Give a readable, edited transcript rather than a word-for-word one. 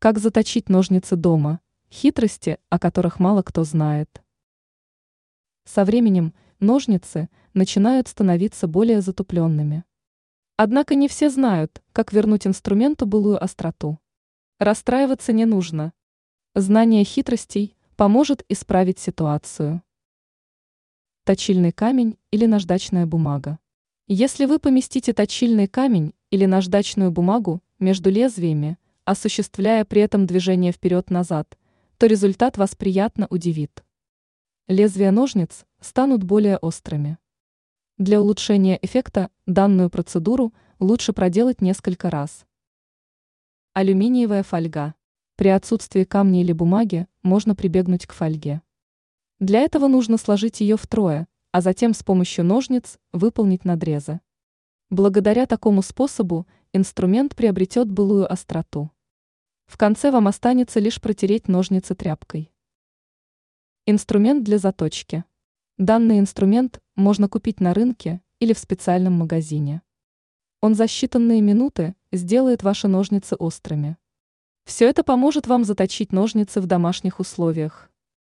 Как заточить ножницы дома? Хитрости, о которых мало кто знает. Со временем ножницы начинают становиться более затупленными. Однако не все знают, как вернуть инструменту былую остроту. Расстраиваться не нужно. Знание хитростей поможет исправить ситуацию. Точильный камень или наждачная бумага. Если вы поместите точильный камень или наждачную бумагу между лезвиями, осуществляя при этом движение вперед-назад, то результат вас приятно удивит. Лезвия ножниц станут более острыми. Для улучшения эффекта данную процедуру лучше проделать несколько раз. Алюминиевая фольга. При отсутствии камня или бумаги можно прибегнуть к фольге. Для этого нужно сложить ее втрое, а затем с помощью ножниц выполнить надрезы. Благодаря такому способу инструмент приобретет былую остроту. В конце вам останется лишь протереть ножницы тряпкой. Инструмент для заточки. Данный инструмент можно купить на рынке или в специальном магазине. Он за считанные минуты сделает ваши ножницы острыми. Все это поможет вам заточить ножницы в домашних условиях.